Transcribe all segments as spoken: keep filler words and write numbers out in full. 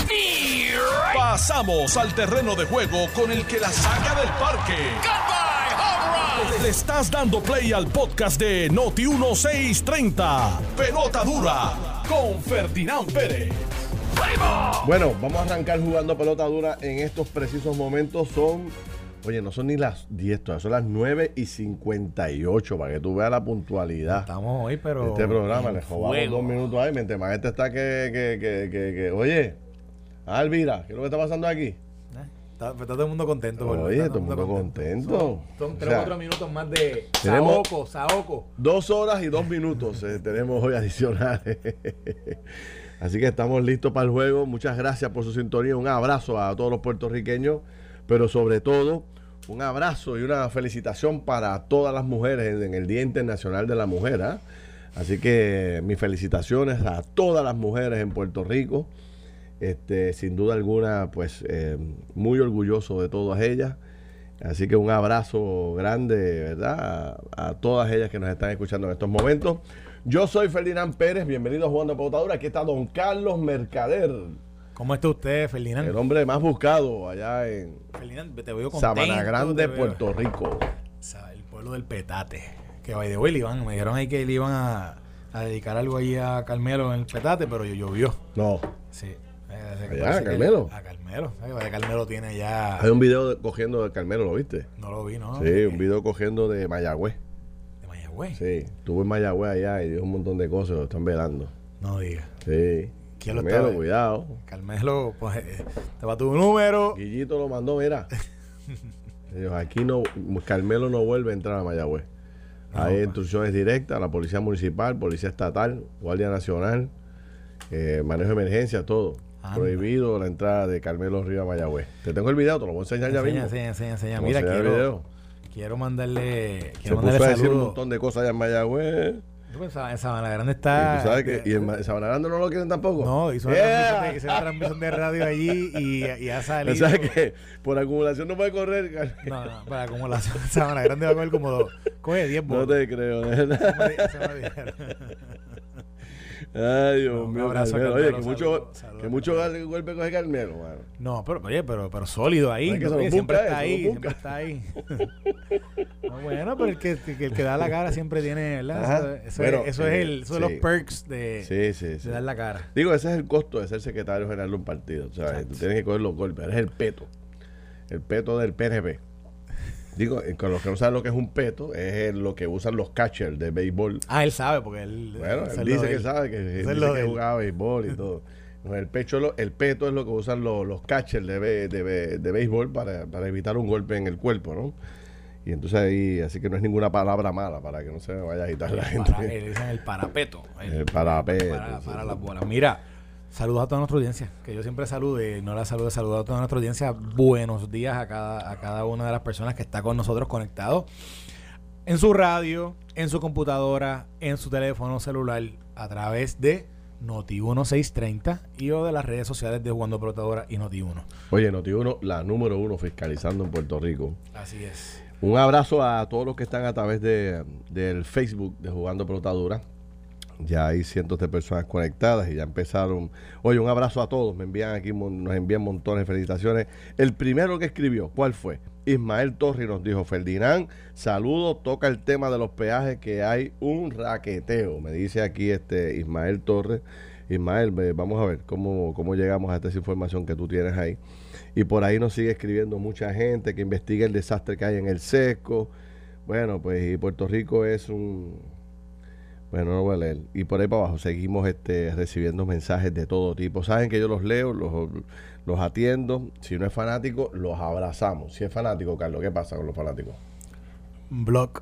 Pasamos al terreno de juego con el que la saca del parque. Le estás dando play al podcast de Noti dieciséis treinta. Pelota dura con Ferdinand Pérez. Bueno, vamos a arrancar jugando pelota dura en estos precisos momentos. Son, oye, no son ni las diez, todavía son las nueve y cincuenta y ocho, para que tú veas la puntualidad. Estamos hoy, pero... Este programa, le robamos dos minutos ahí, mientras más este está que, que, que, que, que oye, Alvira, ¿qué es lo que está pasando aquí? Está, está todo el mundo contento. Oye, todo el mundo contento. Son, son tres o cuatro minutos más de tenemos Saoco, Saoco. Dos horas y dos minutos eh, tenemos hoy adicionales. Así que estamos listos para el juego. Muchas gracias por su sintonía. Un abrazo a todos los puertorriqueños, pero sobre todo un abrazo y una felicitación para todas las mujeres en, en el Día Internacional de la Mujer. ¿eh? Así que mis felicitaciones a todas las mujeres en Puerto Rico. Este, sin duda alguna, pues eh, muy orgulloso de todas ellas. Así que un abrazo grande, ¿verdad? A, a todas ellas que nos están escuchando en estos momentos. Yo soy Ferdinand Pérez, bienvenido a Jugando a Pelota Dura. Aquí está don Carlos Mercader. ¿Cómo está usted, Ferdinand? El hombre más buscado allá en Ferdinand, te veo contento, Sabana Grande, veo. Puerto Rico. O sea, el pueblo del Petate. Que by the way, le iban, me dijeron ahí que le iban a, a dedicar algo ahí a Carmelo en el Petate, pero llovió. No. Sí. Allá, a Carmelo. A Carmelo. ¿Sabes? Carmelo tiene ya... Hay un video de, cogiendo de Carmelo, ¿lo viste? No lo vi, ¿no? Sí, ¿Qué? un video cogiendo de Mayagüez. ¿De Mayagüez? Sí, estuvo en Mayagüez allá y dijo un montón de cosas, lo están velando. No diga. Sí. ¿Quién lo Carmelo, está? cuidado. Carmelo, pues, eh, te va tu número. Guillito lo mandó, mira. Dijo, aquí no, Carmelo no vuelve a entrar a Mayagüez. No, hay pues. instrucciones directas a la Policía Municipal, Policía Estatal, Guardia Nacional, eh, manejo de emergencia, todo. Anda. Prohibido la entrada de Carmelo Río a Mayagüez. Te tengo el video, te lo voy a enseñar ya mismo. Enseña, enseña, enseña. Mira, quiero, quiero mandarle quiero Se mandarle puso a decir saludo. un montón de cosas allá en Mayagüez. Yo pensaba, en Sabana Grande está... ¿Y tú sabes que, ¿y en Sabana Grande no lo quieren tampoco? No, hizo una, yeah. transmisión, de, hizo una transmisión de radio allí y, y ha salido... ¿Sabes que por acumulación no puede correr? No, no, para acumulación Sabana Grande va a coger como dos. Coge diez bolos. No te creo, de verdad. Eso me, eso me dijeron. Ay, Dios no, mío, abrazo, Carmelo. Oye, que mucho, saludo, que mucho golpe coge Carmelo, mano. No, pero oye, pero, pero sólido ahí. No, que no, oye, siempre, está ahí siempre está ahí, siempre está ahí. No, bueno, pero el que, que el que da la cara siempre tiene, ¿verdad? Eso, eso, bueno, es, eso eh, es el, eso sí. es los perks de, sí, sí, de sí. dar la cara. Digo, ese es el costo de ser secretario general de un partido. O sea, tú tienes que coger los golpes. Eres el peto. El peto del P N P. Digo, con los que no saben lo que es un peto, es lo que usan los catchers de béisbol. Ah, él sabe, porque él... Bueno, él dice que sabe, que, dice que jugaba béisbol y todo. El, pecho, el peto es lo que usan los, los catchers de, de, de, de béisbol para, para evitar un golpe en el cuerpo, ¿no? Y entonces ahí, así que no es ninguna palabra mala para que no se me vaya a agitar el la gente. Para, le dicen el parapeto. El, el parapeto. Para, sí, para sí. las bolas. Mira, saludos a toda nuestra audiencia, que yo siempre salude, no la saludo, saludo a toda nuestra audiencia. Buenos días a cada, a cada una de las personas que está con nosotros conectados en su radio, en su computadora, en su teléfono celular, a través de Noti dieciséis treinta y o de las redes sociales de Jugando Pelota Dura y Noti uno. Oye, Noti uno, la número uno fiscalizando en Puerto Rico. Así es. Un abrazo a todos los que están a través de del Facebook de Jugando Pelota Dura. Ya hay cientos de personas conectadas y ya empezaron. Oye, un abrazo a todos. Me envían aquí, nos envían montones de felicitaciones. El primero que escribió, ¿cuál fue? Ismael Torres nos dijo: Ferdinand, saludos, toca el tema de los peajes, que hay un raqueteo. Me dice aquí este Ismael Torres. Ismael, vamos a ver cómo, cómo llegamos a esta información que tú tienes ahí. Y por ahí nos sigue escribiendo mucha gente que investiga el desastre que hay en el Sesco. Bueno, pues y Puerto Rico es un... Bueno, no lo voy a leer. Y por ahí para abajo seguimos este, recibiendo mensajes de todo tipo. Saben que yo los leo, los, los atiendo. Si no es fanático, los abrazamos. Si es fanático, Carlos, ¿qué pasa con los fanáticos? Block.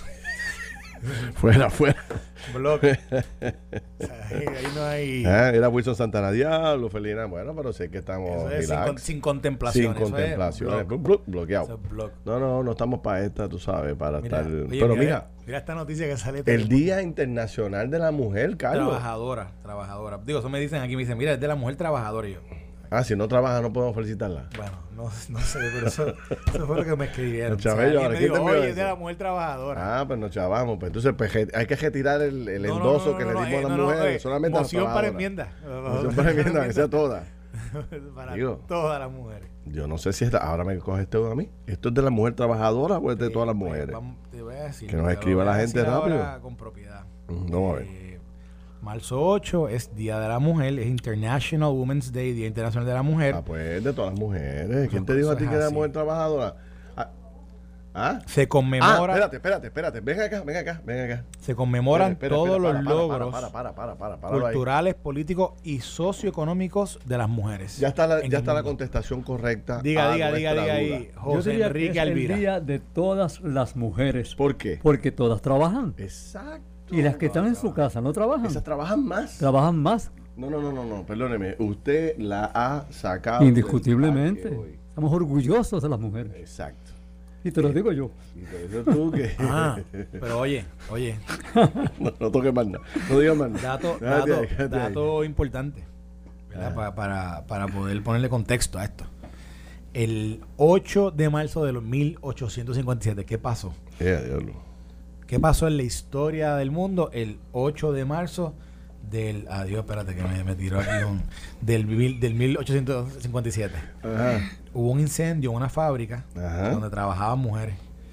Fuera, fuera. Block. O sea, ahí, ahí no hay... Ah, era Wilson Santana, diablo, Felina. Bueno, pero sé que estamos eso es sin, con, sin Sin contemplación. contemplación. Es block. bloqueado. Eso es block. No, no, no estamos para esta, tú sabes, para mira, estar... Oye, pero mira, mira, mira esta noticia que sale. El Día Internacional de la Mujer, Carlos. Trabajadora, trabajadora. Digo, eso me dicen aquí, me dicen, mira, es de la mujer trabajadora. Y yo... Ah, si no trabaja no podemos felicitarla. Bueno, no, no sé, pero eso, eso fue lo que me escribieron. Los chavellos, o sea, ahora, me dijo, ¿quién te oye, es de la mujer trabajadora. Ah, pues nos chavamos. Pues entonces pues, hay que retirar el, el no, endoso no, no, que no, le dimos no, a las no, mujeres. no, eh, solamente moción a las para enmienda. Moción para enmienda, que sea toda. Para Digo, todas las mujeres. Yo no sé si esta, ahora me coge este a mí. ¿Esto es de la mujer trabajadora o es de Eh, todas las pues, mujeres? vamos, te voy a decir, Que nos te lo escriba voy a la gente decir rápido. ahora con propiedad. Mm, Vamos a ver. Eh, marzo ocho es Día de la Mujer, es International Women's Day, Día Internacional de la Mujer. Ah, pues de todas las mujeres. ¿Quién Eso- te dijo a eso ti es que era así. mujer trabajadora? Ah, ¿Ah? Se Ah, conmemora, espérate, espérate, espérate. Ven acá, ven acá, ven acá. se conmemoran Espera, espera, todos espera, los para, para, logros Para, para, para, para, para, para, culturales, políticos y socioeconómicos de las mujeres. Ya está la, en ya el está la mundo. contestación correcta. Diga, a diga, diga, nuestra diga duda. ahí, Yo José diría Enrique que es Alvira. el día de todas las mujeres. ¿Por qué? Porque todas trabajan. Exacto. Y las que están en su casa no trabajan. Esas trabajan más. Trabajan más, No, no, no, no, no, perdóneme. Usted la ha sacado. del indiscutiblemente. parque hoy. Estamos orgullosos de las mujeres. Exacto. Y te lo digo yo. Y por eso tú que. Ah, pero oye, oye, no, no toques más nada. No digas más nada. dato, Déjate dato, ahí, déjate ahí. dato importante, ¿verdad? Pa- para, para poder ponerle contexto a esto. El ocho de marzo de los mil ochocientos cincuenta y siete, ¿qué pasó? Eh, diablo. ¿Qué pasó en la historia del mundo el ocho de marzo del... Adiós, espérate que me, me tiró aquí un... Del, mil- del mil ochocientos cincuenta y siete. Ajá. Hubo un incendio en una fábrica Ajá. donde trabajaban mujeres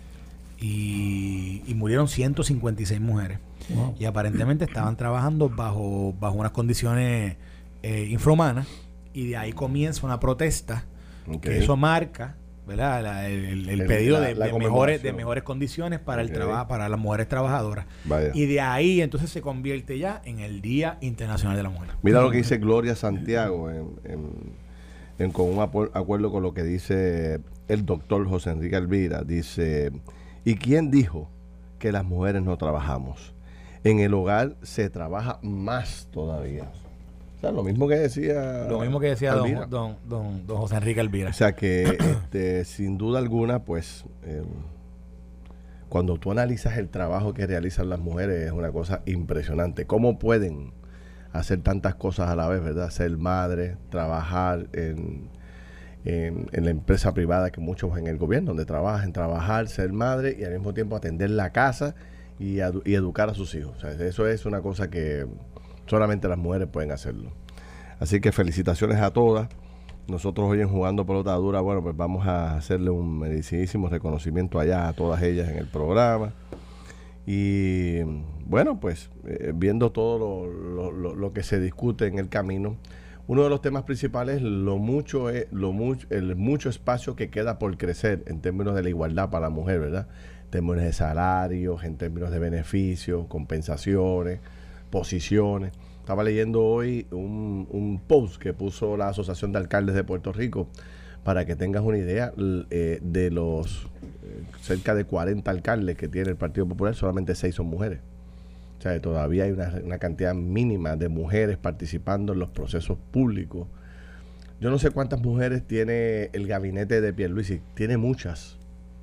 y, y murieron ciento cincuenta y seis mujeres. Wow. Y aparentemente estaban trabajando bajo, bajo unas condiciones eh, infrahumanas y de ahí comienza una protesta Ok. que eso marca, ¿verdad? La- el, el- el El- pedido la- de, la de mejores, de conmemoración. mejores condiciones para Ok. el trabajo, para las mujeres trabajadoras. Vaya. Y de ahí entonces se convierte ya en el Día Internacional de la Mujer. Mira lo que dice Gloria Santiago en, en- en- con un apu- acuerdo con lo que dice el doctor José Enrique Alvira. Dice, ¿y quién dijo que las mujeres no trabajamos? En el hogar se trabaja más todavía. O sea, lo mismo que decía Lo mismo que decía Alvira. don, don, don, don José Enrique Alvira. O sea que este, sin duda alguna, pues eh, cuando tú analizas el trabajo que realizan las mujeres es una cosa impresionante. ¿Cómo pueden hacer tantas cosas a la vez, verdad? Ser madre, trabajar en, en, en la empresa privada, que muchos en el gobierno, donde trabajan, trabajar, ser madre y al mismo tiempo atender la casa y, adu- y educar a sus hijos. O sea, eso es una cosa que solamente las mujeres pueden hacerlo. Así que felicitaciones a todas. Nosotros hoy en Jugando Pelota Dura, bueno, pues vamos a hacerle un merecidísimo reconocimiento allá a todas ellas en el programa. Y bueno, pues eh, viendo todo lo, lo- lo- lo que se discute en el camino, uno de los temas principales, lo mucho, es, lo mucho, el mucho espacio que queda por crecer en términos de la igualdad para la mujer, ¿verdad? En términos de salarios, en términos de beneficios, compensaciones, posiciones. Estaba leyendo hoy un, un post que puso la Asociación de Alcaldes de Puerto Rico para que tengas una idea l- eh, de los eh, cerca de cuarenta alcaldes que tiene el Partido Popular, solamente seis son mujeres. O sea, todavía hay una, una cantidad mínima de mujeres participando en los procesos públicos. Yo no sé cuántas mujeres tiene el gabinete de Pierluisi, tiene muchas.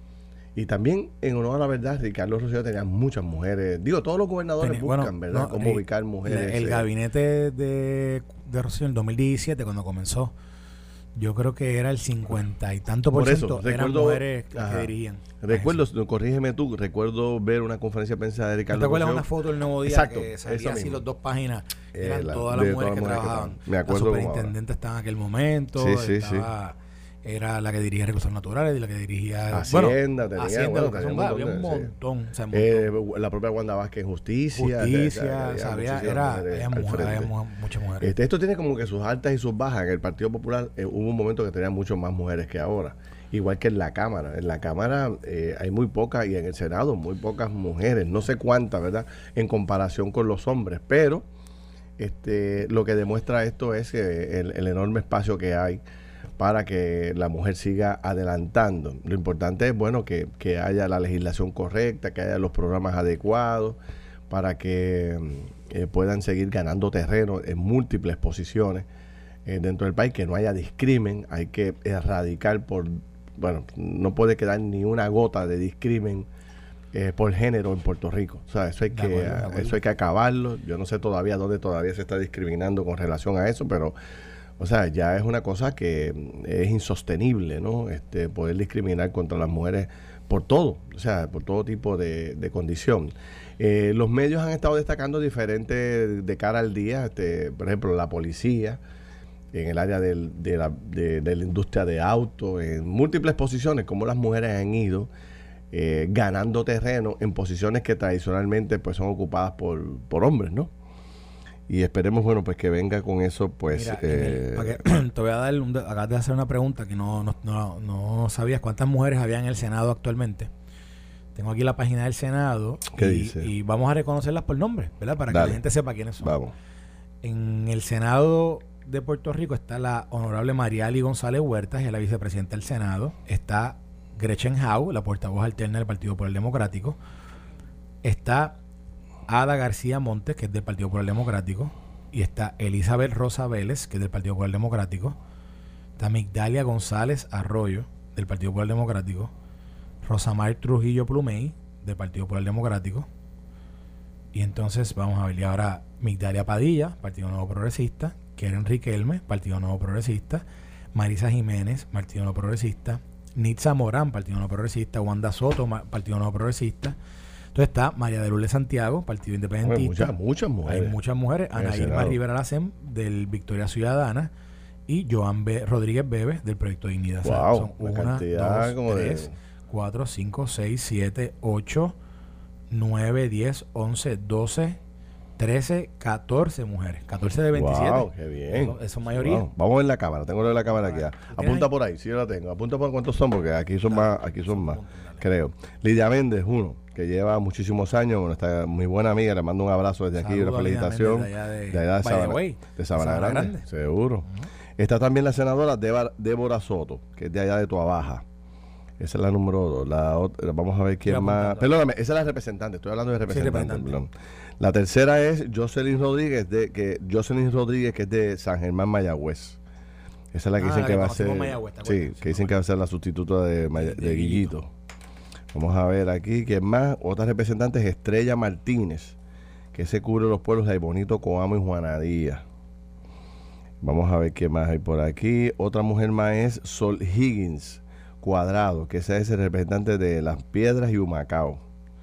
Y también, en honor a la verdad, Ricardo Rosselló tenía muchas mujeres. Digo, todos los gobernadores Tenía- buscan, bueno, ¿verdad? no, Cómo eh, ubicar mujeres. la- el eh, gabinete de, de Rosselló en el dos mil diecisiete, cuando comenzó, yo creo que era el cincuenta y tanto por, Por eso, ciento eran recuerdo- mujeres que ajá. dirigían. Recuerdo, Eso. corrígeme tú, recuerdo ver una conferencia de prensa de ¿No Ricardo te acuerdas Rosselló. una foto del Nuevo Día Exacto, que eso salía así mismo. las dos páginas? Eh, Eran la- todas las de mujeres todas que las mujeres que trabajaban. trabajaban. Me acuerdo La como ahora. superintendente estaba en aquel momento. Sí, sí, estaba, Era la que dirigía Recursos Naturales y la que dirigía... Hacienda, tenía, Hacienda, bueno, educación, tenía un había un montón de- sí. montón. O sea, un Eh, montón. la propia Wanda Vázquez en justicia. Justicia, había sabía, muchísimas era, mujeres había, al mujer- frente. había mu- muchas mujeres. Este, esto tiene como que sus altas y sus bajas. En el Partido Popular eh, hubo un momento que tenía mucho más mujeres que ahora. Igual que en la Cámara. En la Cámara eh, hay muy pocas y en el Senado muy pocas mujeres. No sé cuántas, ¿verdad? En comparación con los hombres. Pero este, lo que demuestra esto es que el, el enorme espacio que hay para que la mujer siga adelantando. Lo importante es, bueno, que, que haya la legislación correcta, que haya los programas adecuados para que eh, puedan seguir ganando terreno en múltiples posiciones eh, dentro del país, que no haya discrimen, hay que erradicar por, bueno, no puede quedar ni una gota de discrimen eh, por género en Puerto Rico. O sea, eso hay De que, acuerdo, de acuerdo. eso hay que acabarlo. Yo no sé todavía dónde todavía se está discriminando con relación a eso, pero o sea, ya es una cosa que es insostenible, ¿no? Este, poder discriminar contra las mujeres por todo, o sea, por todo tipo de, de condición. Eh, los medios han estado destacando diferentes de cara al día, este, por ejemplo, la policía en el área del, de, la, de, de la industria de autos, en múltiples posiciones, como las mujeres han ido eh, ganando terreno en posiciones que tradicionalmente pues son ocupadas por, por hombres, ¿no? Y esperemos, bueno, pues que venga con eso, pues... Mira, eh, el, que, te voy a dar, un, acabas de hacer una pregunta que no, no, no, no sabías cuántas mujeres había en el Senado actualmente. Tengo aquí la página del Senado. ¿Qué y, dice? Y vamos a reconocerlas por nombre, ¿verdad? Para Dale. que la gente sepa quiénes son. Vamos. En el Senado de Puerto Rico está la honorable Mariali González Huertas, es la vicepresidenta del Senado. Está Gretchen Howe, la portavoz alterna del Partido Popular Democrático. Está Ada García Montes, que es del Partido Popular Democrático. Y está Elizabeth Rosa Vélez, que es del Partido Popular Democrático. Está Migdalia González Arroyo, del Partido Popular Democrático. Rosamar Trujillo Plumey, del Partido Popular Democrático. Y entonces vamos a ver, y ahora Migdalia Padilla, Partido Nuevo Progresista. Keren Riquelme, Partido Nuevo Progresista. Marisa Jiménez, Partido Nuevo Progresista. Nitza Morán, Partido Nuevo Progresista. Wanda Soto, Partido Nuevo Progresista. Entonces está María de Lourdes Santiago, Partido Independentista. Muchas, muchas mujeres. Hay muchas mujeres. Ana Irma Rivera Lacem, del Victoria Ciudadana. Y Joan B. Rodríguez Bebe, del Proyecto Dignidad. Wow, o sea, son una una, cantidad dos, como tres, de... cuatro, cinco, seis, siete, ocho, nueve, diez, once, doce, trece, catorce mujeres. catorce de veintisiete. Wow, qué bien. Eso, eso es mayoría. Wow. Vamos a ver la cámara. Tengo la cámara aquí. Vale. Apunta por ahí. Sí, yo la tengo. Apunta por cuántos son, porque aquí son más, aquí son más, creo. Lidia Méndez, uno, que lleva muchísimos años. Bueno, está muy buena amiga. Le mando un abrazo desde aquí, Saludos una a Lidia felicitación. Méndez de allá de- de allá de By the Sabana, way, de Sabana Sabana Grande. Grande. Seguro. Uh-huh. Está también la senadora Débora, Débora Soto, que es de allá de Tuabaja. Esa es la número dos. La otra, vamos a ver quién Estoy más. apuntando. Perdóname, esa es la representante. Estoy hablando de representante. representante. perdón. La tercera es Jocelyn Rodríguez, de que Jocelyn Rodríguez, que es de San Germán, Mayagüez. Esa es la que Ah, dicen la que que va a ser. conocimos en Mayagüez, ¿te Sí, acuerdas? Sí, que dicen me que va a ser la sustituta de, Maya- De- de de Guillito. Vamos a ver aquí quién más. Otra representante es Estrella Martínez, que se cubre los pueblos de Aybonito, Coamo y Juanadía. Vamos a ver qué más hay por aquí. Otra mujer más es Sol Higgins Cuadrado, que esa es el representante de Las Piedras y Humacao.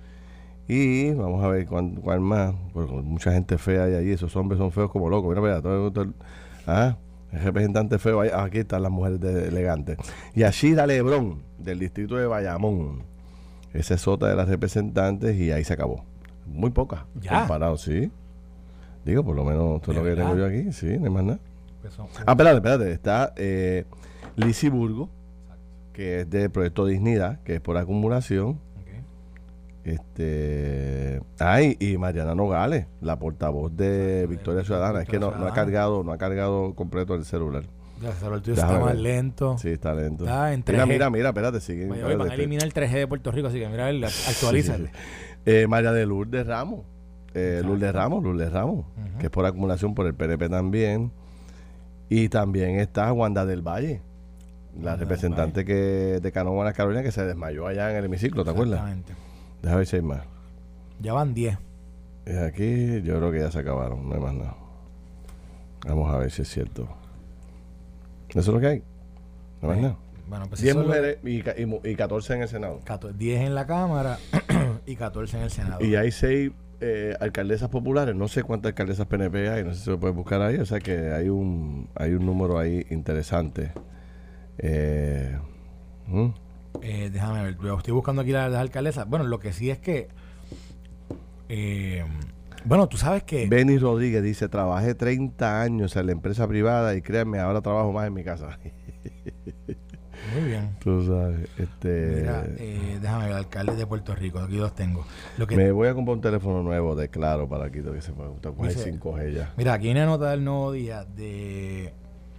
Y vamos a ver cuál, cuál más. Porque mucha gente fea hay allí. Esos hombres son feos como locos. Mira, mira, todo, todo, ah, el representante feo. Ahí, aquí están las mujeres de, elegantes. Y Ashira Lebrón, del distrito de Bayamón. Esa es otra de las representantes y ahí se acabó. Muy pocas. Ya. Comparado, sí. Digo, por lo menos esto es lo ¿De que tengo verdad? yo aquí. Sí, no hay más nada. Pues son- Ah, espérate, espérate. Está eh, Lizzy Burgo, que es del Proyecto Dignidad, que es por acumulación. Ok. Este, ay, y Mariana Nogales, la portavoz de Victoria Ciudadana. Es que no, no ha cargado, no ha cargado completo el celular. Ya, el celular tuyo Déjame está más ver. lento. Sí, está lento. Está en Mira, tres G. mira, mira, espérate, sigue. Oye, espérate, hoy van a este. eliminar el tres G de Puerto Rico, así que mira, a ver, actualízale. Sí, sí, sí. Eh, María de Lourdes Ramos. Eh, Lourdes Ramos, Lourdes Ramos, Ujú. que es por acumulación por el P N P también. Y también está Wanda del Valle, la Wanda del representante que de Canóvanas, Carolina, que se desmayó allá en el hemiciclo, ¿te acuerdas? Exactamente. Déjame ver si hay más. Ya van diez. Es aquí, yo creo que ya se acabaron, no hay más nada. Vamos a ver si es cierto. ¿Eso es lo que hay? No hay más Eh, nada. Bueno, pues diez eso es lo- mujeres y, ca- y mu- y catorce en el Senado. catorce diez en la Cámara y catorce en el Senado. Y hay seis eh, alcaldesas populares, no sé cuántas alcaldesas P N P hay, no sé si se lo puede buscar ahí, o sea que hay un hay un número ahí interesante. Eh, ¿hmm? Eh, déjame ver, yo estoy buscando aquí las, las alcaldesas. Bueno, lo que sí es que. eh, bueno, tú sabes que. Benny Rodríguez dice, trabajé treinta años en la empresa privada y créanme, ahora trabajo más en mi casa. Muy bien. Tú sabes, este... Mira, eh, déjame ver, alcaldes de Puerto Rico, aquí los tengo. Lo que, me voy a comprar un teléfono nuevo de Claro para aquí, que se me gusta coger Dice- cinco G ya. Mira, aquí hay una nota del Nuevo Día de.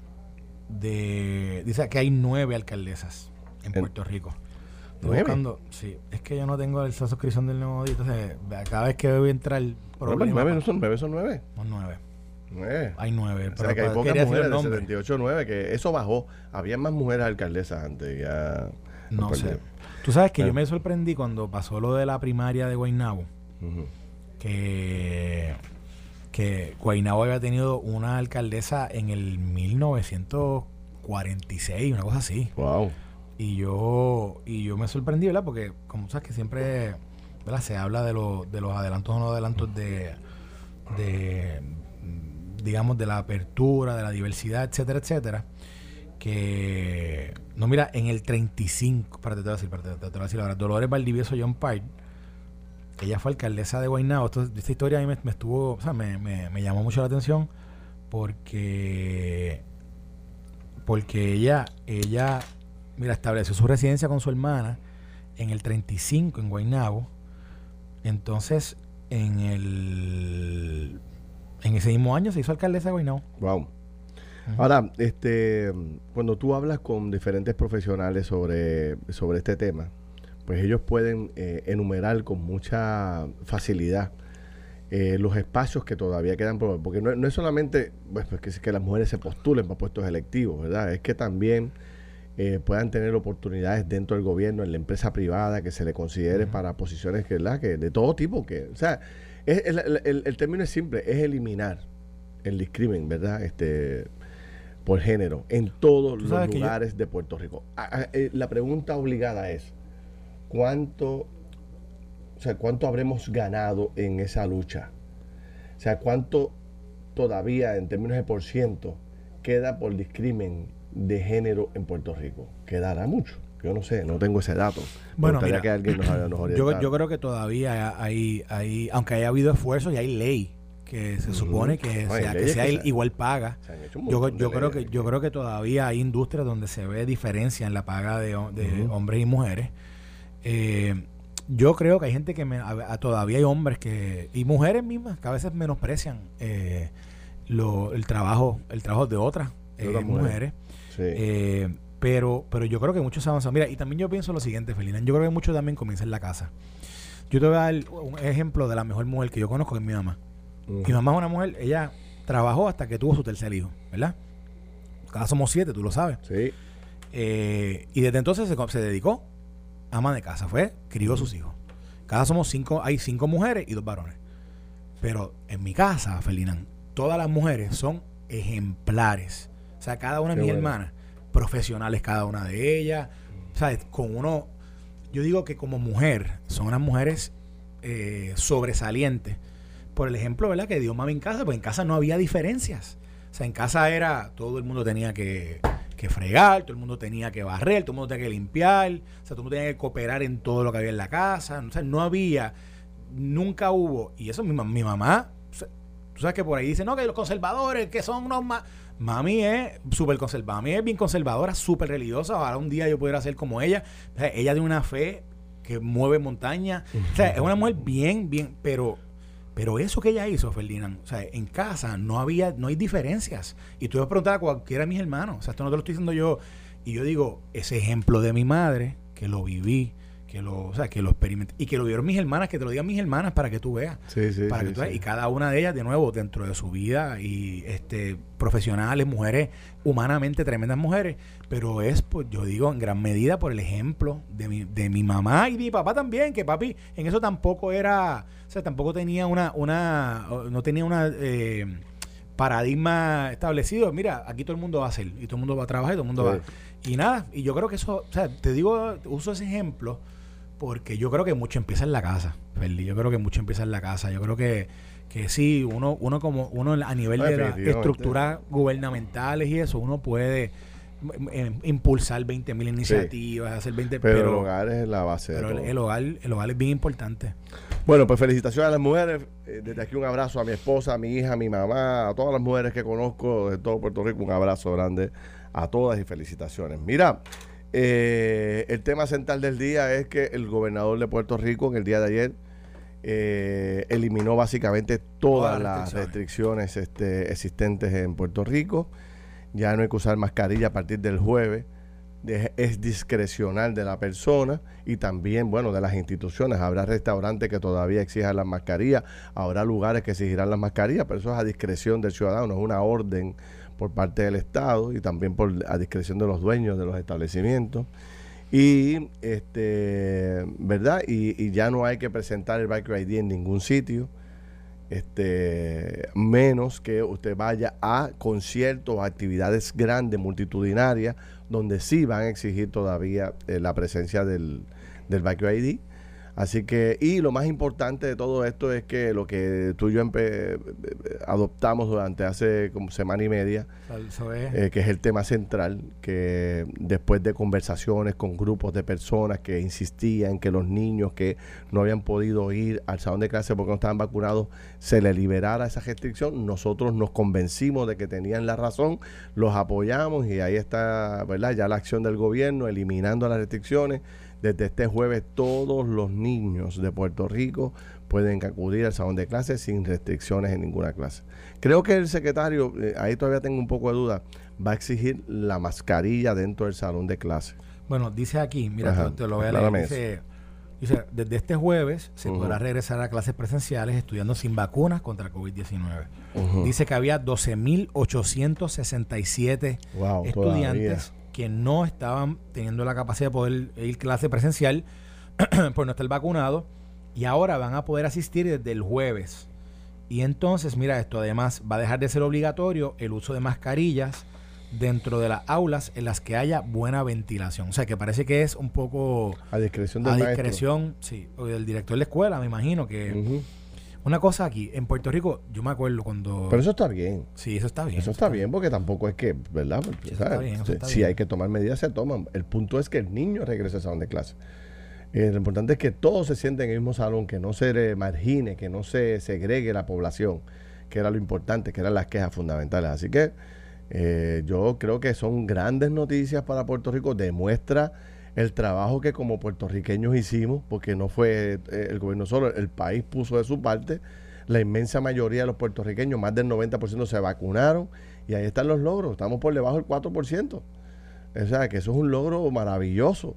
de dice que hay nueve alcaldesas en En- Puerto Rico. Estoy ¿Nueve? buscando, sí, es que yo no tengo esa suscripción del Nuevo Día, entonces cada vez que voy a entrar Bueno, problema, nueve no son nueve, son nueve. son nueve. Nueve. Hay nueve. O sea que hay pa- pocas quería decir mujeres el de nombre. setenta y ocho nueve, que eso bajó. Había más mujeres alcaldesas antes, ya... No sé. perdí. Tú sabes que Bueno. yo me sorprendí cuando pasó lo de la primaria de Guaynabo, Ujú. que, que Guaynabo había tenido una alcaldesa en el mil novecientos cuarenta y seis, una cosa así. Wow. Y yo y yo me sorprendí, ¿verdad? Porque como sabes que siempre, ¿verdad? Se habla de, los de los adelantos o no adelantos de, de digamos, de la apertura, de la diversidad, etcétera, etcétera, que, no, mira, en el treinta y cinco, espérate, te voy a decir, espérate, te voy a decir ahora, Dolores Valdivieso John Park, ella fue alcaldesa de Guaynabo. Esto, esta historia a mí me, me estuvo, o sea, me, me, me llamó mucho la atención porque, porque ella, ella, mira, estableció su residencia con su hermana en el treinta y cinco en Guaynabo. Entonces, en el en ese mismo año se hizo alcaldesa de Guaynabo. Wow. Uh-huh. Ahora, este, cuando tú hablas con diferentes profesionales sobre, sobre este tema, pues ellos pueden eh, enumerar con mucha facilidad eh, los espacios que todavía quedan por, porque no, no es solamente pues, pues que, que las mujeres se postulen para puestos electivos, ¿verdad? Es que también eh, puedan tener oportunidades dentro del gobierno, en la empresa privada, que se le considere uh-huh. para posiciones, ¿verdad? Que de todo tipo, que, o sea, es, el, el, el término es simple, es eliminar el discrimen, ¿verdad? Este, por género, en todos los lugares yo... de Puerto Rico. A, a, eh, la pregunta obligada es, ¿cuánto, o sea, cuánto habremos ganado en esa lucha? O sea, ¿cuánto todavía, en términos de por ciento, queda por discrimen de género en Puerto Rico? ¿Quedará mucho? Yo no sé, no tengo ese dato. Bueno, mira, que alguien nos, nos yo, yo creo que todavía hay, hay, aunque haya habido esfuerzos y hay ley que se supone que no, sea, que sea que se, igual paga. Yo, yo creo que yo creo que todavía hay industrias donde se ve diferencia en la paga de, de uh-huh. hombres y mujeres. Eh, yo creo que hay gente que me, a, a, todavía hay hombres que y mujeres mismas que a veces menosprecian eh, lo, el trabajo el trabajo de otras eh, mujeres, mujeres. Sí. Eh, pero pero yo creo que muchos avanzan. Mira, y también yo pienso lo siguiente, Felina, yo creo que mucho también comienza en la casa. Yo te voy a dar un ejemplo de la mejor mujer que yo conozco, que es mi mamá. Uh-huh. Mi mamá es una mujer, ella trabajó hasta que tuvo su tercer hijo, ¿verdad? Cada somos siete, tú lo sabes. Sí. Eh, y desde entonces se, se dedicó ama de casa, fue, crió a sus hijos. Cada somos cinco, hay cinco mujeres y dos varones. Pero en mi casa, Ferdinand, todas las mujeres son ejemplares. O sea, cada una de mis bueno. hermanas, profesionales cada una de ellas. ¿Sabes? Con uno, yo digo que como mujer, son unas mujeres eh, sobresalientes. Por el ejemplo, ¿verdad? Que dio mami en casa, pues en casa no había diferencias. O sea, en casa era, todo el mundo tenía que... que fregar, todo el mundo tenía que barrer, todo el mundo tenía que limpiar, o sea, todo el mundo tenía que cooperar en todo lo que había en la casa, o sea, no había, nunca hubo, y eso mi, mi mamá, o sea, tú sabes que por ahí dicen, no, que los conservadores, que son unos más, mami es súper conservadora, mami es bien conservadora, súper religiosa, ojalá un día yo pudiera ser como ella, o sea, ella tiene una fe que mueve montaña, o sea, es una mujer bien, bien, pero... Pero eso que ella hizo, Ferdinand, o sea, en casa no había, no hay diferencias. Y tú vas a preguntar a cualquiera de mis hermanos, o sea, esto no te lo estoy diciendo yo. Y yo digo, ese ejemplo de mi madre, que lo viví, que lo, o sea, que lo experimenté, y que lo vieron mis hermanas, que te lo digan mis hermanas para que tú veas. Sí, sí, para sí, que tú sí. veas. Y cada una de ellas, de nuevo, dentro de su vida, y este profesionales, mujeres, humanamente tremendas mujeres, pero es, pues, yo digo, en gran medida por el ejemplo de mi, de mi mamá y de mi papá también, que papi en eso tampoco era, o sea, tampoco tenía una, una no tenía una eh, paradigma establecido. Mira, aquí todo el mundo va a hacer, y todo el mundo va a trabajar, y todo el mundo sí. va, y nada, y yo creo que eso, o sea, te digo, uso ese ejemplo porque yo creo que mucho empieza en la casa, Ferdi. Yo creo que mucho empieza en la casa. Yo creo que, que sí, uno, uno como uno a nivel de las estructuras gubernamentales y eso, uno puede eh, impulsar veinte mil iniciativas, sí. hacer veinte, pero, pero el hogar es la base pero de todo. El, el hogar, el hogar es bien importante. Bueno, pues felicitaciones a las mujeres. Eh, desde aquí un abrazo a mi esposa, a mi hija, a mi mamá, a todas las mujeres que conozco de todo Puerto Rico. Un abrazo grande a todas y felicitaciones. Mira, Eh, el tema central del día es que el gobernador de Puerto Rico en el día de ayer eh, eliminó básicamente todas, todas las restricciones, restricciones este, existentes en Puerto Rico. Ya no hay que usar mascarilla a partir del jueves. De, es discrecional de la persona y también, bueno, de las instituciones. Habrá restaurantes que todavía exijan las mascarillas, habrá lugares que exigirán las mascarillas, pero eso es a discreción del ciudadano, no es una orden por parte del Estado y también por a discreción de los dueños de los establecimientos. Y, este, ¿verdad? Y, y ya no hay que presentar el Bike I D en ningún sitio, este, menos que usted vaya a conciertos o actividades grandes, multitudinarias, donde sí van a exigir todavía eh, la presencia del, del Bike I D. Así que, y lo más importante de todo esto es que lo que tú y yo empe- adoptamos durante hace como semana y media, Eso es. eh, que es el tema central, que después de conversaciones con grupos de personas que insistían que los niños que no habían podido ir al salón de clase porque no estaban vacunados, se les liberara esa restricción, nosotros nos convencimos de que tenían la razón, los apoyamos y ahí está, ¿verdad?, ya la acción del gobierno eliminando las restricciones. Desde este jueves todos los niños de Puerto Rico pueden acudir al salón de clases sin restricciones en ninguna clase. Creo que el secretario, eh, ahí todavía tengo un poco de duda, va a exigir la mascarilla dentro del salón de clase. Bueno, dice aquí, mira, Ajá, te, te lo voy a leer. aclárame Dice, dice, desde este jueves se Ujú. podrá regresar a clases presenciales estudiando sin vacunas contra COVID diecinueve. Ujú. Dice que había doce mil ochocientos sesenta y siete Wow, estudiantes todavía. que no estaban teniendo la capacidad de poder ir clase presencial por no estar vacunado y ahora van a poder asistir desde el jueves. Y entonces, mira esto, además va a dejar de ser obligatorio el uso de mascarillas dentro de las aulas en las que haya buena ventilación. O sea, que parece que es un poco A discreción del a maestro. discreción, sí, o del director de la escuela, me imagino que... Ujú. Una cosa aquí, en Puerto Rico, yo me acuerdo cuando... Pero eso está bien. Sí, eso está bien. Eso está bien porque tampoco es que, ¿verdad? Porque, Sí, eso está ¿sabes? bien, eso Si- está si bien. hay que tomar medidas, se toman. El punto es que el niño regrese al salón de clase. Eh, lo importante es que todos se sienten en el mismo salón, que no se eh, margine, que no se segregue la población, que era lo importante, que eran las quejas fundamentales. Así que eh, yo creo que son grandes noticias para Puerto Rico. Demuestra el trabajo que como puertorriqueños hicimos, porque no fue eh, el gobierno solo, el país puso de su parte. La inmensa mayoría de los puertorriqueños, más del noventa por ciento, se vacunaron y ahí están los logros. Estamos por debajo del cuatro por ciento. O sea, que eso es un logro maravilloso.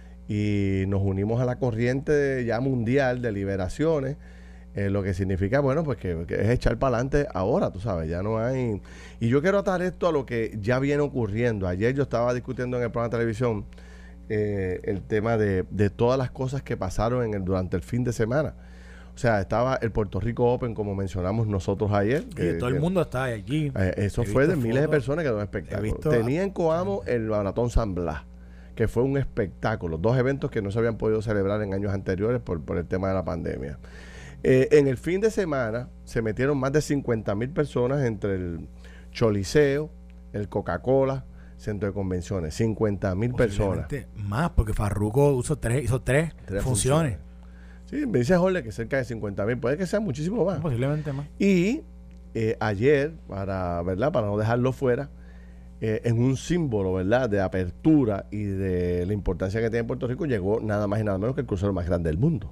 Y nos unimos a la corriente ya mundial de liberaciones, eh, lo que significa, bueno, pues que, que es echar para adelante ahora, tú sabes, ya no hay... Y yo quiero atar esto a lo que ya viene ocurriendo. Ayer yo estaba discutiendo en el programa de televisión eh, el tema de, de todas las cosas que pasaron en el, durante el fin de semana. O sea, estaba el Puerto Rico Open, como mencionamos nosotros ayer. Y que- todo el que- mundo está allí. eh, eso He fue de visto miles de fotos. personas que dieron He espectáculo. visto- Tenía en Coamo el Maratón San Blas, que fue un espectáculo. Dos eventos que no se habían podido celebrar en años anteriores por, por el tema de la pandemia. Eh, en el fin de semana se metieron más de cincuenta mil personas entre el Choliseo, el Coca-Cola, Centro de Convenciones. cincuenta mil personas. Posiblemente más, porque Farruko hizo tres, hizo tres, Tres funciones. Sí, me dice Jorge que cerca de cincuenta mil. Puede que sea muchísimo más. Posiblemente más. Y eh, ayer, para, ¿verdad? Para no dejarlo fuera, eh, en un símbolo, ¿verdad?, de apertura y de la importancia que tiene Puerto Rico, llegó nada más y nada menos que el crucero más grande del mundo.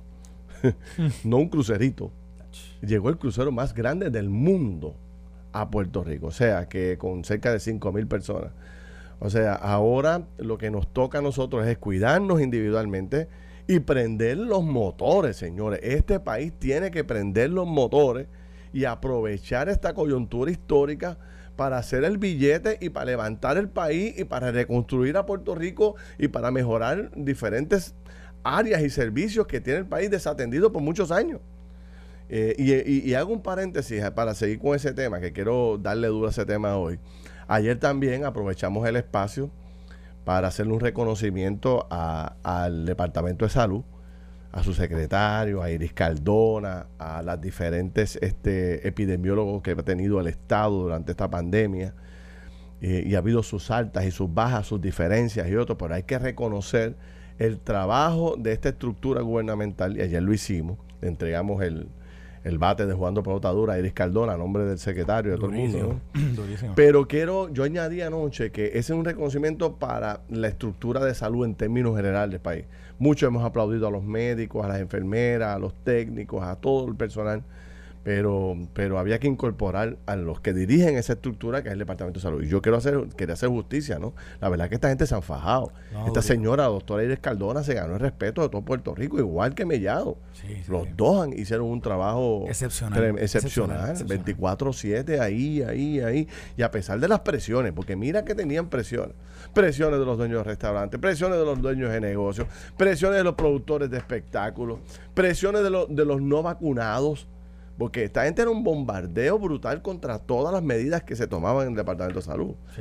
No un crucerito. Llegó el crucero más grande del mundo a Puerto Rico. O sea, que con cerca de cinco mil personas. O sea, ahora lo que nos toca a nosotros es cuidarnos individualmente y prender los motores, señores. Este país tiene que prender los motores y aprovechar esta coyuntura histórica para hacer el billete y para levantar el país y para reconstruir a Puerto Rico y para mejorar diferentes áreas y servicios que tiene el país desatendido por muchos años. Eh, y, y- y hago un paréntesis para seguir con ese tema, que quiero darle duro a ese tema hoy. Ayer también aprovechamos el espacio para hacerle un reconocimiento a- al Departamento de Salud, a su secretario, a Iris Cardona, a las diferentes este, epidemiólogos que ha tenido el Estado durante esta pandemia. Eh, y ha habido sus altas y sus bajas, sus diferencias y otros, pero hay que reconocer el trabajo de esta estructura gubernamental, y ayer lo hicimos, le entregamos el, el bate de jugando pelota dura a Iris Cardona a nombre del secretario de todo el mundo, ¿no? Durísimo. Pero quiero, yo añadí anoche que ese es un reconocimiento para la estructura de salud en términos generales del país. Muchos hemos aplaudido a los médicos, a las enfermeras, a los técnicos, a todo el personal, pero, pero había que incorporar a los que dirigen esa estructura que es el Departamento de Salud. Y yo quiero hacer, quería hacer justicia, ¿no? La verdad es que esta gente se han fajado. No, esta durísimo. señora, doctora Iris Cardona, se ganó el respeto de todo Puerto Rico, igual que Mellado. Sí, sí. Los dos han- hicieron un trabajo Excepcional. trem- excepcional, Excepcional, excepcional. veinticuatro siete ahí, ahí, ahí. Y a pesar de las presiones, porque mira que tenían presiones. Presiones de los dueños de restaurantes, presiones de los dueños de negocios, presiones de los productores de espectáculos, presiones de, los de los no vacunados. Porque esta gente era un bombardeo brutal contra todas las medidas que se tomaban en el Departamento de Salud. Sí.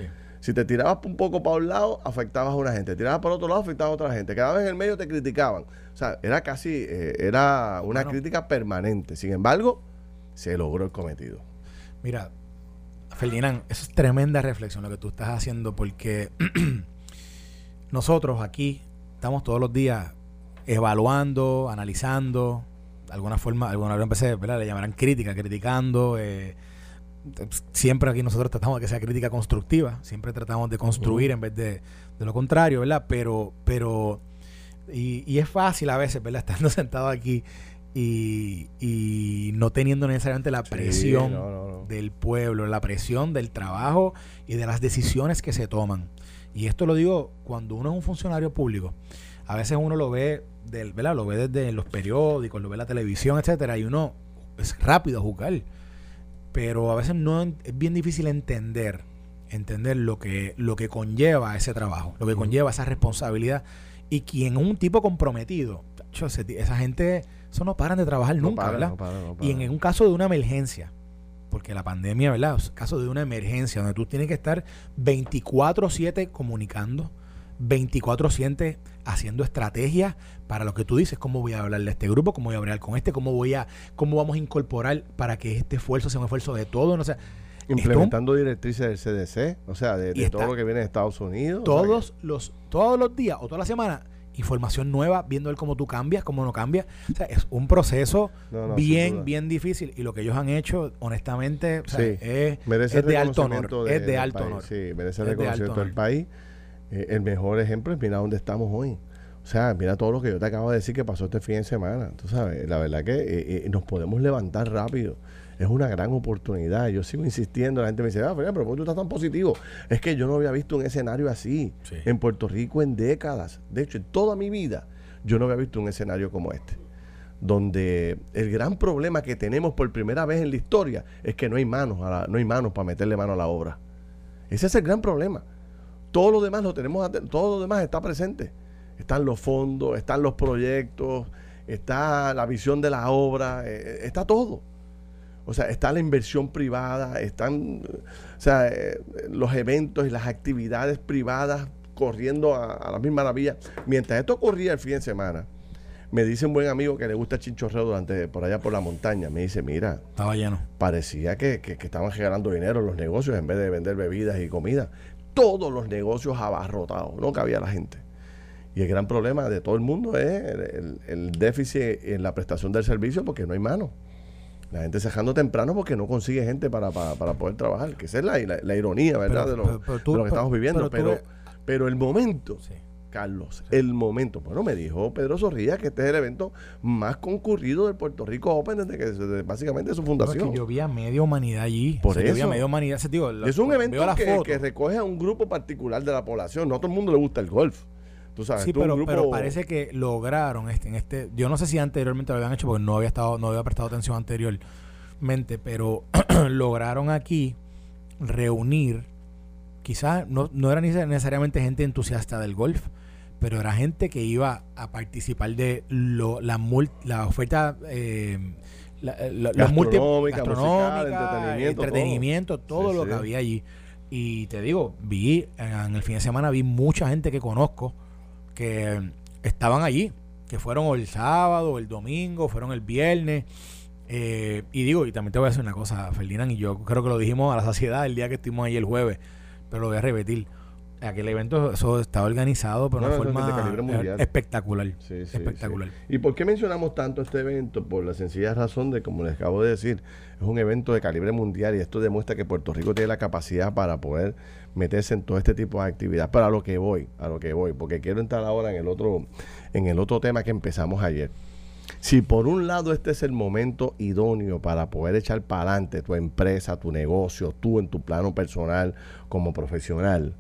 Si te tirabas un poco para un lado, afectabas a una gente. Te tirabas para otro lado, afectabas a otra gente. Cada vez en el medio te criticaban. O sea, era casi, eh, era una bueno, crítica permanente. Sin embargo, se logró el cometido. Mira, Ferdinand, eso es tremenda reflexión lo que tú estás haciendo, porque nosotros aquí estamos todos los días evaluando, analizando, de alguna forma, alguna vez empecé, ¿verdad? Le llamarán crítica, criticando. Eh, siempre aquí nosotros tratamos de que sea crítica constructiva, siempre tratamos de construir uh-huh. en vez de, de lo contrario, ¿verdad? Pero, pero, y, y es fácil a veces, ¿verdad? Estando sentado aquí y, y no teniendo necesariamente la presión sí, no, no, no. del pueblo, la presión del trabajo y de las decisiones que se toman. Y esto lo digo cuando uno es un funcionario público. A veces uno lo ve, del, ¿verdad? Lo ve desde los periódicos, lo ve en la televisión, etcétera, y uno es rápido a juzgar. Pero a veces no es bien difícil entender, entender lo que, lo que conlleva ese trabajo, lo que conlleva esa responsabilidad. Y quien es un tipo comprometido, yo sé, esa gente, eso no paran de trabajar no nunca, para, ¿verdad? No para, no para. Y en un caso de una emergencia, porque la pandemia, ¿verdad? Es un caso de una emergencia donde tú tienes que estar veinticuatro siete comunicando, veinticuatro siete haciendo estrategias para lo que tú dices, cómo voy a hablar de este grupo, cómo voy a hablar con este, cómo voy a, cómo vamos a incorporar para que este esfuerzo sea un esfuerzo de todos, no sé. Implementando esto, directrices del C D C, o sea, de, de todo lo que viene de Estados Unidos. Todos o sea que... los, todos los días o toda la semana, información nueva, viendo el cómo tú cambias, cómo no cambias. O sea, es un proceso no, no, bien, bien difícil. Y lo que ellos han hecho, honestamente, o sea, sí, es, es de alto honor. De, es de alto honor. Sí, merece el reconocimiento del país. Eh, el mejor ejemplo es mira dónde estamos hoy. O sea, mira todo lo que yo te acabo de decir que pasó este fin de semana. Tú sabes, la verdad que eh, eh, nos podemos levantar rápido. Es una gran oportunidad. Yo sigo insistiendo. La gente me dice, ah, pero ¿por qué tú estás tan positivo? Es que yo no había visto un escenario así sí. en Puerto Rico en décadas. De hecho, en toda mi vida, yo no había visto un escenario como este. Donde el gran problema que tenemos por primera vez en la historia es que no hay manos, a la, no hay manos para meterle mano a la obra. Ese es el gran problema. Todo lo demás lo tenemos, todo lo demás está presente. Están los fondos, están los proyectos, está la visión de la obra, eh, está todo. O sea, está la inversión privada, están o sea, eh, los eventos y las actividades privadas corriendo a, a la misma maravilla. Mientras esto corría el fin de semana, me dice un buen amigo que le gusta el chinchorreo durante, por allá por la montaña, me dice, mira, estaba lleno. Parecía que, que, que estaban regalando dinero en los negocios en vez de vender bebidas y comida. Todos los negocios abarrotados, no cabía la gente. Y el gran problema de todo el mundo es el, el, el déficit en la prestación del servicio porque no hay mano. La gente cerrando temprano porque no consigue gente para, para, para poder trabajar. Que esa es la, la, la ironía, ¿verdad? Pero, de, lo, pero, pero tú, de lo que pero, estamos viviendo. Pero, pero, pero el momento, sí. Carlos, sí. el momento. Bueno, me dijo Pedro Zorrilla que este es el evento más concurrido del Puerto Rico Open desde que desde, básicamente de su fundación. No, es que yo vi a media humanidad allí. Por o sea, eso. Yo vi a media humanidad. Se, digo, la, es un evento que, que recoge a un grupo particular de la población. No a todo el mundo le gusta el golf. Tú sabes, sí, pero, grupo... pero parece que lograron este, en este, yo no sé si anteriormente lo habían hecho porque no había estado, no había prestado atención anteriormente, pero lograron aquí reunir, quizás no, no era necesariamente gente entusiasta del golf, pero era gente que iba a participar de lo, la, mul, la oferta eh, la, la, gastronómica, gastronómica musical, entretenimiento, entretenimiento, todo, todo sí, lo sí. que había allí. Y te digo, vi en el fin de semana vi mucha gente que conozco que estaban allí, que fueron el sábado, el domingo, fueron el viernes. Eh, y digo, y también te voy a decir una cosa, Ferdinand, y yo creo que lo dijimos a la saciedad el día que estuvimos ahí el jueves, pero lo voy a repetir. Aquel evento, eso está organizado por no, una no, forma de calibre mundial. espectacular. Sí, sí, espectacular. Sí. ¿Y por qué mencionamos tanto este evento? Por la sencilla razón de, como les acabo de decir, es un evento de calibre mundial y esto demuestra que Puerto Rico tiene la capacidad para poder meterse en todo este tipo de actividad. Pero a lo que voy, a lo que voy, porque quiero entrar ahora en el otro, en el otro tema que empezamos ayer. Si por un lado este es el momento idóneo para poder echar para adelante tu empresa, tu negocio, tú en tu plano personal como profesional,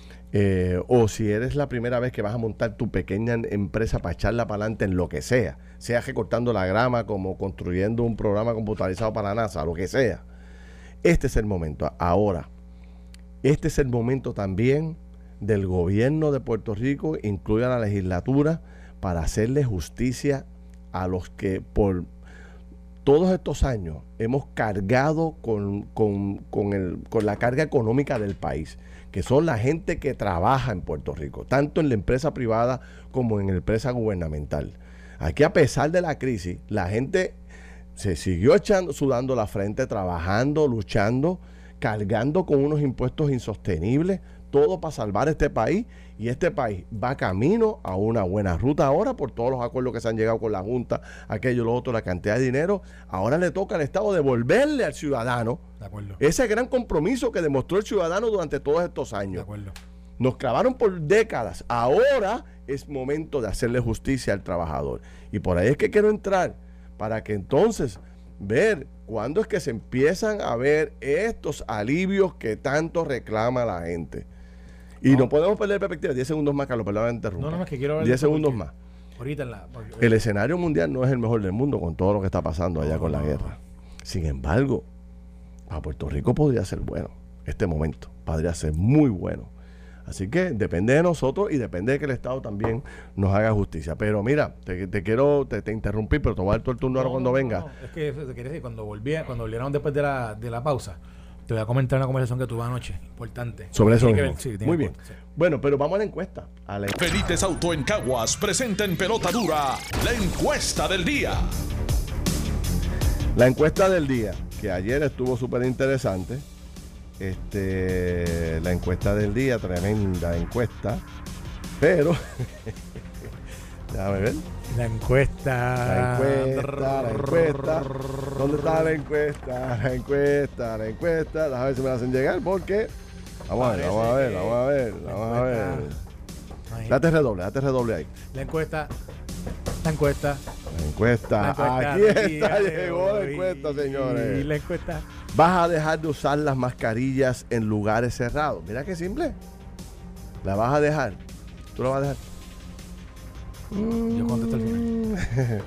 Eh, o si eres la primera vez que vas a montar tu pequeña empresa para echarla para adelante en lo que sea, sea recortando la grama, como construyendo un programa computarizado para la NASA, lo que sea, este es el momento. Ahora, este es el momento también del gobierno de Puerto Rico, incluida la legislatura, para hacerle justicia a los que por todos estos años hemos cargado con, con, con, el, con la carga económica del país, que son la gente que trabaja en Puerto Rico, tanto en la empresa privada como en la empresa gubernamental. Aquí, a pesar de la crisis, la gente se siguió echando, sudando la frente, trabajando, luchando, cargando con unos impuestos insostenibles, todo para salvar este país, y este país va camino a una buena ruta ahora por todos los acuerdos que se han llegado con la Junta, aquello, lo otro, la cantidad de dinero. Ahora le toca al Estado devolverle al ciudadano De acuerdo. ese gran compromiso que demostró el ciudadano durante todos estos años. De acuerdo. Nos clavaron por décadas. Ahora es momento de hacerle justicia al trabajador. Y por ahí es que quiero entrar, para que entonces ver cuándo es que se empiezan a ver estos alivios que tanto reclama la gente. Y no, no podemos perder perspectiva. diez segundos más, Carlos, perdón, me interrumpa. No, no, es que quiero ver. diez segundos más. Ahorita en la. Porque, el escenario mundial no es el mejor del mundo con todo lo que está pasando allá no, con la no, guerra. no. Sin embargo, a Puerto Rico podría ser bueno. Este momento podría ser muy bueno. Así que depende de nosotros y depende de que el Estado también nos haga justicia. Pero mira, te, te quiero, te, te interrumpí, pero te voy a dar todo el turno ahora no, cuando no, venga. No, es que te quería decir, cuando volví, cuando volvieron después de la, de la pausa, te voy a comentar una conversación que tuve anoche, importante. Sobre eso Tiene mismo. que ver, sí, Muy bien. Punto, sí. Bueno, pero vamos a la encuesta. A la... Felites Auto en Caguas presenta en Pelota Dura la encuesta del día. La encuesta del día, que ayer estuvo súper interesante. Este, la encuesta del día, tremenda encuesta. Pero, déjame ver. La encuesta. La encuesta, la encuesta. ¿Dónde está la encuesta? La encuesta, la encuesta. Déjame ver si me la hacen llegar porque. Vamos a ver, vamos a ver, vamos a ver, vamos a ver. Date redoble, date redoble ahí. La encuesta. La encuesta. La encuesta. La encuesta Aquí está, y, llegó la encuesta, señores. Y la encuesta. ¿Vas a dejar de usar las mascarillas en lugares cerrados? Mira qué simple. ¿La vas a dejar? ¿Tú la vas a dejar? Yo contesto al final.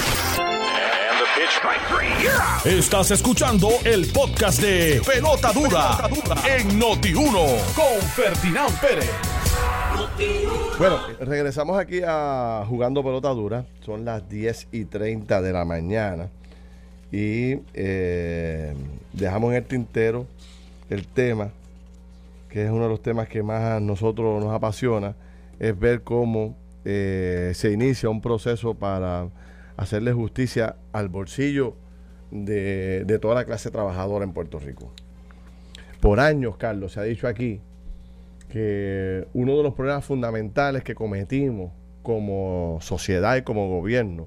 Estás escuchando el podcast de Pelota Dura en Noti uno con Ferdinand Pérez. Bueno, regresamos aquí a Jugando Pelota Dura. Son las diez y treinta de la mañana. Y eh, dejamos en el tintero el tema, que es uno de los temas que más a nosotros nos apasiona, es ver cómo eh, se inicia un proceso para hacerle justicia al bolsillo de, de toda la clase trabajadora en Puerto Rico. Por años, Carlos, se ha dicho aquí que uno de los problemas fundamentales que cometimos como sociedad y como gobierno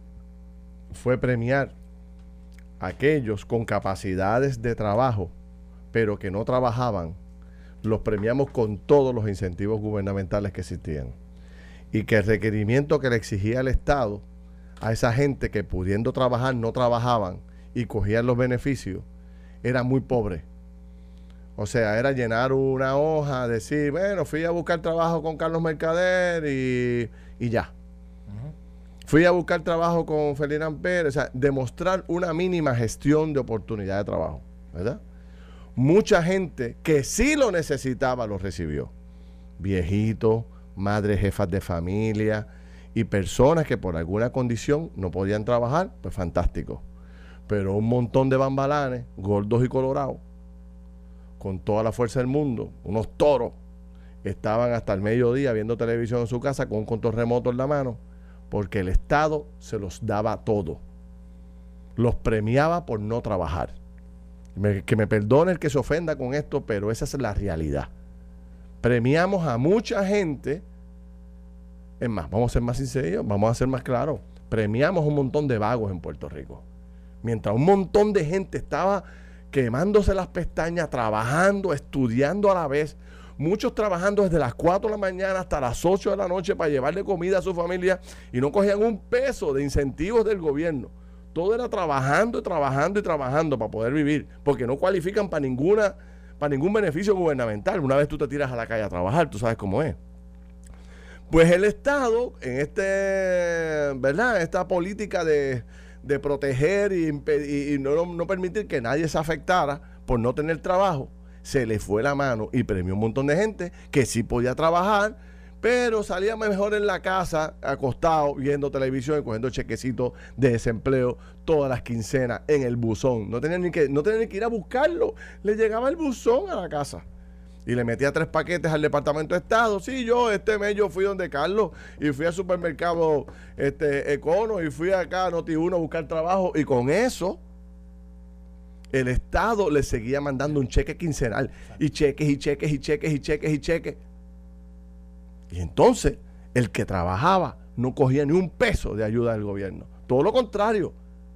fue premiar a aquellos con capacidades de trabajo, pero que no trabajaban. Los premiamos con todos los incentivos gubernamentales que existían. Y que el requerimiento que le exigía el Estado a esa gente que pudiendo trabajar no trabajaban y cogían los beneficios era muy pobre. O sea, era llenar una hoja, decir, bueno, fui a buscar trabajo con Carlos Mercader y, y ya. Uh-huh. Fui a buscar trabajo con Ferdinand Pérez. O sea, demostrar una mínima gestión de oportunidad de trabajo, ¿verdad? Mucha gente que sí lo necesitaba lo recibió. Viejitos, madres jefas de familia y personas que por alguna condición no podían trabajar, pues fantástico. Pero un montón de bambalanes, gordos y colorados, con toda la fuerza del mundo, unos toros, estaban hasta el mediodía viendo televisión en su casa con un control remoto en la mano, porque el Estado se los daba todo. Los premiaba por no trabajar. Me, que me perdone el que se ofenda con esto, pero esa es la realidad. Premiamos a mucha gente. Es más, vamos a ser más sinceros, vamos a ser más claros. Premiamos un montón de vagos en Puerto Rico. Mientras un montón de gente estaba quemándose las pestañas, trabajando, estudiando a la vez, muchos trabajando desde las cuatro de la mañana hasta las ocho de la noche para llevarle comida a su familia y no cogían un peso de incentivos del gobierno. Todo era trabajando y trabajando y trabajando para poder vivir, porque no cualifican para ninguna, para ningún beneficio gubernamental. Una vez tú te tiras a la calle a trabajar, tú sabes cómo es. Pues el Estado, en este, ¿verdad? Esta política de, de proteger y, y, y no, no permitir que nadie se afectara por no tener trabajo, se le fue la mano y premió un montón de gente que sí podía trabajar, pero salía mejor en la casa, acostado, viendo televisión y cogiendo chequecitos de desempleo todas las quincenas en el buzón. No tenía ni que, no tenía ni que ir a buscarlo. Le llegaba el buzón a la casa. Y le metía tres paquetes al Departamento de Estado. Sí, yo este mes yo fui donde Carlos y fui al supermercado este, Econo y fui acá a Noti uno a buscar trabajo. Y con eso, el Estado le seguía mandando un cheque quincenal. Y cheques, y cheques, y cheques, y cheques, y cheques. Y entonces, el que trabajaba no cogía ni un peso de ayuda del gobierno. Todo lo contrario.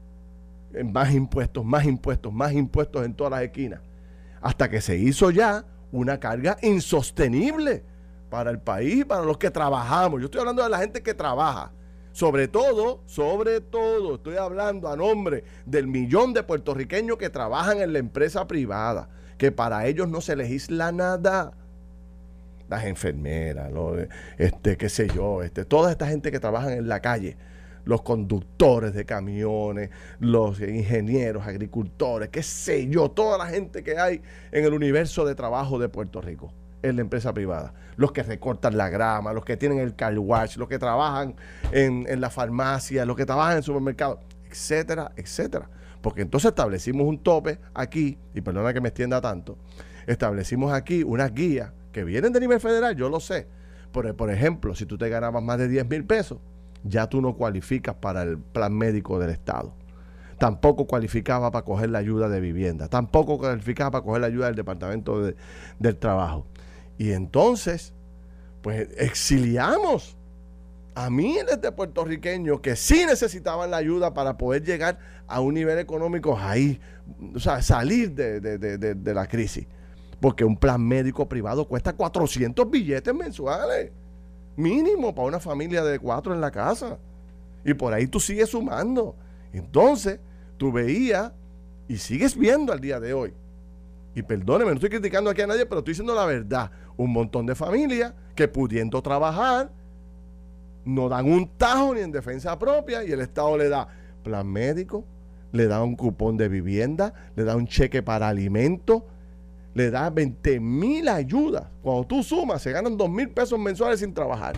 Más impuestos, más impuestos, más impuestos en todas las esquinas. Hasta que se hizo ya una carga insostenible para el país, para los que trabajamos. Yo estoy hablando de la gente que trabaja. Sobre todo, sobre todo, estoy hablando a nombre del millón de puertorriqueños que trabajan en la empresa privada, que para ellos no se legisla nada. Las enfermeras, los, este, qué sé yo, este, toda esta gente que trabajan en la calle, los conductores de camiones, los ingenieros, agricultores, qué sé yo, toda la gente que hay en el universo de trabajo de Puerto Rico, en la empresa privada. Los que recortan la grama, los que tienen el car wash, los que trabajan en, en la farmacia, los que trabajan en el supermercado, etcétera, etcétera. Porque entonces establecimos un tope aquí, y perdona que me extienda tanto, establecimos aquí unas guías que vienen de nivel federal, yo lo sé. Por, por ejemplo, si tú te ganabas más de diez mil pesos, ya tú no cualificas para el plan médico del Estado. Tampoco cualificaba para coger la ayuda de vivienda. Tampoco cualificaba para coger la ayuda del Departamento de, del Trabajo. Y entonces, pues exiliamos a miles de puertorriqueños que sí necesitaban la ayuda para poder llegar a un nivel económico ahí, o sea, salir de, de, de, de, de la crisis. Porque un plan médico privado cuesta cuatrocientos billetes mensuales. Mínimo para una familia de cuatro en la casa. Y por ahí tú sigues sumando. Entonces, tú veías y sigues viendo al día de hoy. Y perdóneme, no estoy criticando aquí a nadie, pero estoy diciendo la verdad. Un montón de familias que pudiendo trabajar, no dan un tajo ni en defensa propia y el Estado le da plan médico, le da un cupón de vivienda, le da un cheque para alimentos, le da veinte mil ayudas. Cuando tú sumas, se ganan dos mil pesos mensuales sin trabajar.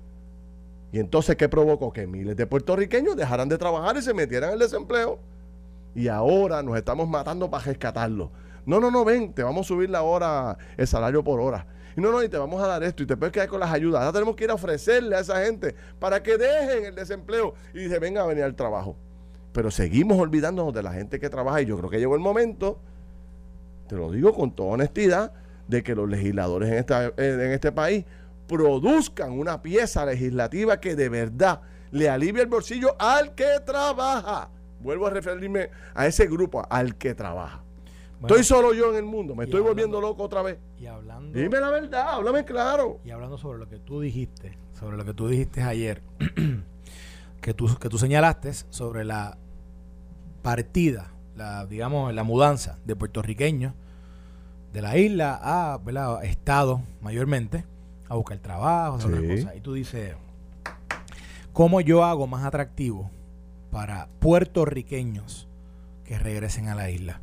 Y entonces, ¿qué provocó? Que miles de puertorriqueños dejaran de trabajar y se metieran en el desempleo. Y ahora nos estamos matando para rescatarlo. No, no, no, ven, te vamos a subir la hora, el salario por hora. Y no, no, y te vamos a dar esto y te puedes quedar con las ayudas. Ahora tenemos que ir a ofrecerle a esa gente para que dejen el desempleo y se vengan a venir al trabajo. Pero seguimos olvidándonos de la gente que trabaja y yo creo que llegó el momento, te lo digo con toda honestidad, de que los legisladores en, esta, en este país produzcan una pieza legislativa que de verdad le alivie el bolsillo al que trabaja. Vuelvo a referirme a ese grupo, al que trabaja. Bueno, estoy solo yo en el mundo, me estoy hablando, volviendo loco otra vez. Y hablando, dime la verdad, háblame claro. Y hablando sobre lo que tú dijiste, sobre lo que tú dijiste ayer, que tú, que tú señalaste sobre la partida, la, digamos, la mudanza de puertorriqueños de la isla a, ¿verdad?, estado mayormente, a buscar trabajo, sí. Otras cosas. Y tú dices, ¿cómo yo hago más atractivo para puertorriqueños que regresen a la isla?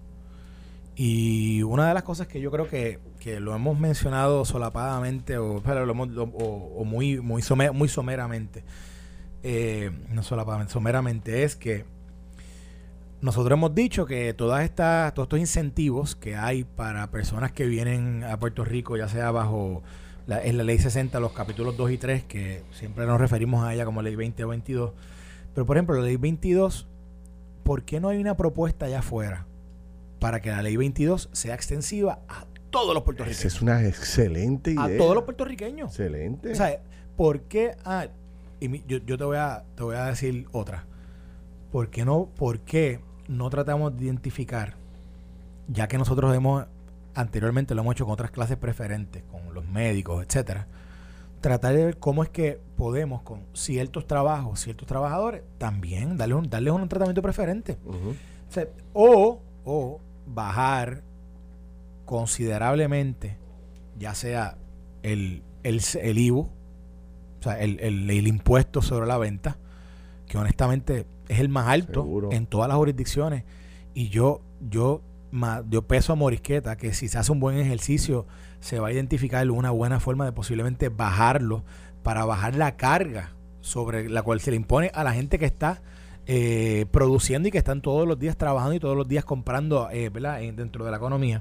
Y una de las cosas que yo creo que, que lo hemos mencionado solapadamente o, pero lo hemos, lo, o, o muy, muy, somer, muy someramente, eh, no solapadamente, someramente, es que nosotros hemos dicho que todas estas, todos estos incentivos que hay para personas que vienen a Puerto Rico, ya sea bajo la, en la ley sesenta, los capítulos dos y tres, que siempre nos referimos a ella como ley veinte o veintidós, pero por ejemplo la ley veintidós, ¿por qué no hay una propuesta allá afuera para que la ley veintidós sea extensiva a todos los puertorriqueños? Esa es una excelente idea. A todos los puertorriqueños. Excelente. O sea, ¿por qué? Ah, y mi, yo, yo te voy a te voy a decir otra. ¿Por qué no? ¿Por qué no tratamos de identificar, ya que nosotros hemos anteriormente lo hemos hecho con otras clases preferentes, con los médicos, etcétera, tratar de ver cómo es que podemos con ciertos trabajos, ciertos trabajadores, también darles un, darles un tratamiento preferente? Uh-huh. O sea, o, o bajar considerablemente, ya sea el, el, el I V U, o sea, el, el, el impuesto sobre la venta, que honestamente es el más alto. Seguro. En todas las jurisdicciones. Y yo, yo más, dio peso a Morisqueta, que si se hace un buen ejercicio se va a identificar una buena forma de posiblemente bajarlo, para bajar la carga sobre la cual se le impone a la gente que está eh, produciendo y que están todos los días trabajando y todos los días comprando eh, ¿verdad? dentro de la economía.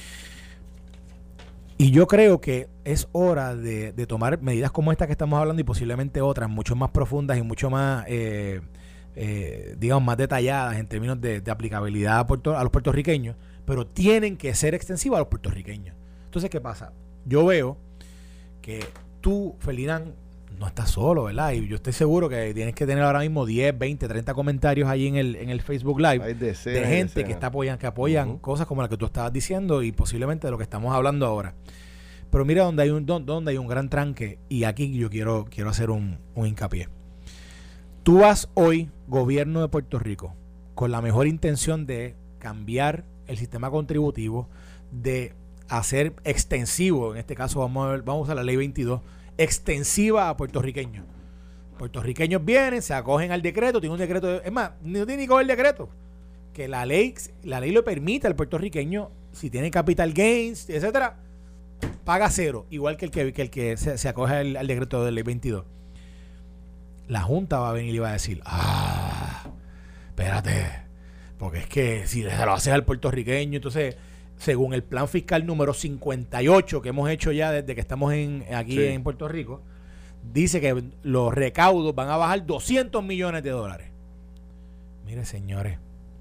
Y yo creo que es hora de, de tomar medidas como esta que estamos hablando y posiblemente otras mucho más profundas y mucho más eh, eh, digamos más detalladas en términos de, de aplicabilidad a, Puerto, a los puertorriqueños, pero tienen que ser extensivas a los puertorriqueños. Entonces, ¿qué pasa? Yo veo que tú, Ferdinand, no estás solo, ¿verdad? Y yo estoy seguro que tienes que tener ahora mismo diez, veinte, treinta comentarios ahí en el, en el Facebook Live. Hay decenas, de gente decenas. que está apoyan, que apoyan uh-huh. cosas como las que tú estabas diciendo y posiblemente de lo que estamos hablando ahora. Pero mira donde hay un donde hay un gran tranque, y aquí yo quiero, quiero hacer un, un hincapié. Tú vas hoy, gobierno de Puerto Rico, con la mejor intención de cambiar el sistema contributivo, de hacer extensivo, en este caso vamos a ver, vamos a usar la ley veintidós, extensiva a puertorriqueños. Puertorriqueños vienen, se acogen al decreto, tiene un decreto, de, es más, no tiene ni que ver el decreto, que la ley, la ley lo permite al puertorriqueño, si tiene capital gains, etcétera, paga cero, igual que el que, que, el que se, se acoge al, al decreto de ley veintidós. La Junta va a venir y va a decir, ah, espérate, porque es que si se lo haces al puertorriqueño, entonces según el plan fiscal número cincuenta y ocho que hemos hecho ya desde que estamos en, aquí sí. en Puerto Rico, dice que los recaudos van a bajar doscientos millones de dólares. Mire, señores,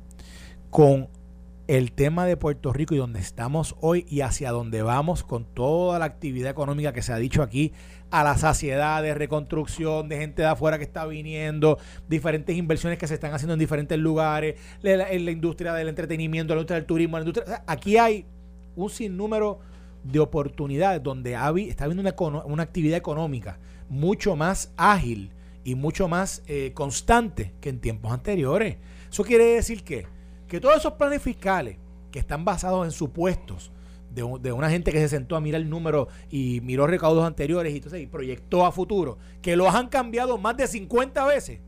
con el tema de Puerto Rico y donde estamos hoy y hacia donde vamos con toda la actividad económica que se ha dicho aquí, a la saciedad de reconstrucción, de gente de afuera que está viniendo, diferentes inversiones que se están haciendo en diferentes lugares, en la, en la industria del entretenimiento, la industria del turismo, la industria, o sea, aquí hay un sinnúmero de oportunidades donde hay, está habiendo una, una actividad económica mucho más ágil y mucho más eh, constante que en tiempos anteriores. Eso quiere decir que que todos esos planes fiscales que están basados en supuestos de, un, de una gente que se sentó a mirar el número y miró recaudos anteriores y, entonces, y proyectó a futuro, que los han cambiado más de cincuenta veces,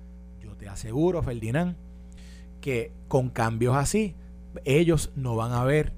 yo te aseguro, Ferdinand, que con cambios así ellos no van a ver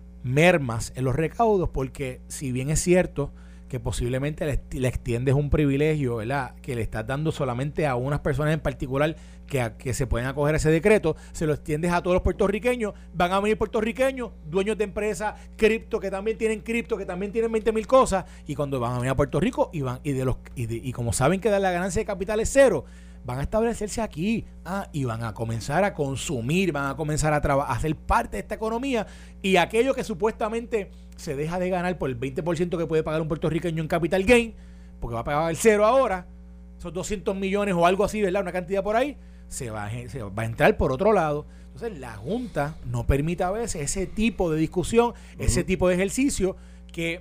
mermas en los recaudos, porque si bien es cierto que posiblemente le, le extiendes un privilegio, ¿verdad?, que le estás dando solamente a unas personas en particular que, a, que se pueden acoger a ese decreto, se lo extiendes a todos los puertorriqueños, van a venir puertorriqueños, dueños de empresas, cripto, que también tienen cripto, que también tienen veinte mil cosas, y cuando van a venir a Puerto Rico, y van y de los y, de, y como saben que la ganancia de capital es cero, van a establecerse aquí, ah, y van a comenzar a consumir, van a comenzar a, traba- a ser parte de esta economía, y aquello que supuestamente se deja de ganar por el veinte por ciento que puede pagar un puertorriqueño en capital gain, porque va a pagar el cero ahora, esos doscientos millones o algo así, ¿verdad?, una cantidad por ahí, se va, a, se va a entrar por otro lado. Entonces la Junta no permite a veces ese tipo de discusión, uh-huh. ese tipo de ejercicio, que